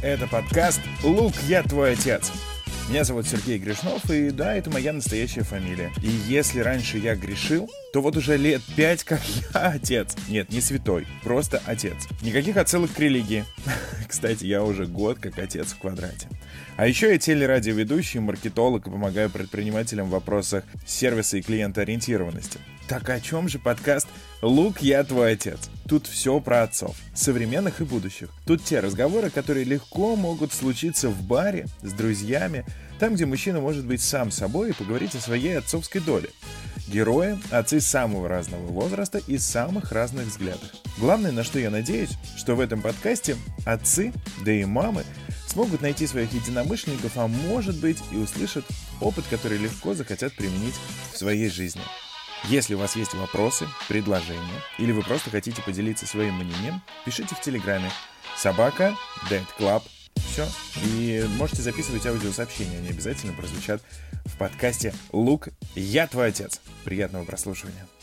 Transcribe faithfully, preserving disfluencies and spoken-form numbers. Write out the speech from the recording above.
Это подкаст «Лук, я твой отец». Меня зовут Сергей Грешнов, и да, это моя настоящая фамилия. И если раньше я грешил, то вот уже лет пять как я отец. Нет, не святой, просто отец. Никаких отсылок к религии. Кстати, я уже год как отец в квадрате. А еще я телерадиоведущий, маркетолог и помогаю предпринимателям в вопросах сервиса и клиентоориентированности. Так о чем же подкаст «Лук, я твой отец»? Тут все про отцов, современных и будущих. Тут те разговоры, которые легко могут случиться в баре, с друзьями, там, где мужчина может быть сам собой и поговорить о своей отцовской доле. Герои – отцы самого разного возраста и самых разных взглядов. Главное, на что я надеюсь, что в этом подкасте отцы, да и мамы, смогут найти своих единомышленников, а может быть и услышат опыт, который легко захотят применить в своей жизни. Если у вас есть вопросы, предложения, или вы просто хотите поделиться своим мнением, пишите в Телеграме собака Dad Club. Все. И можете записывать аудиосообщения, они обязательно прозвучат в подкасте «Лук, я твой отец». Приятного прослушивания.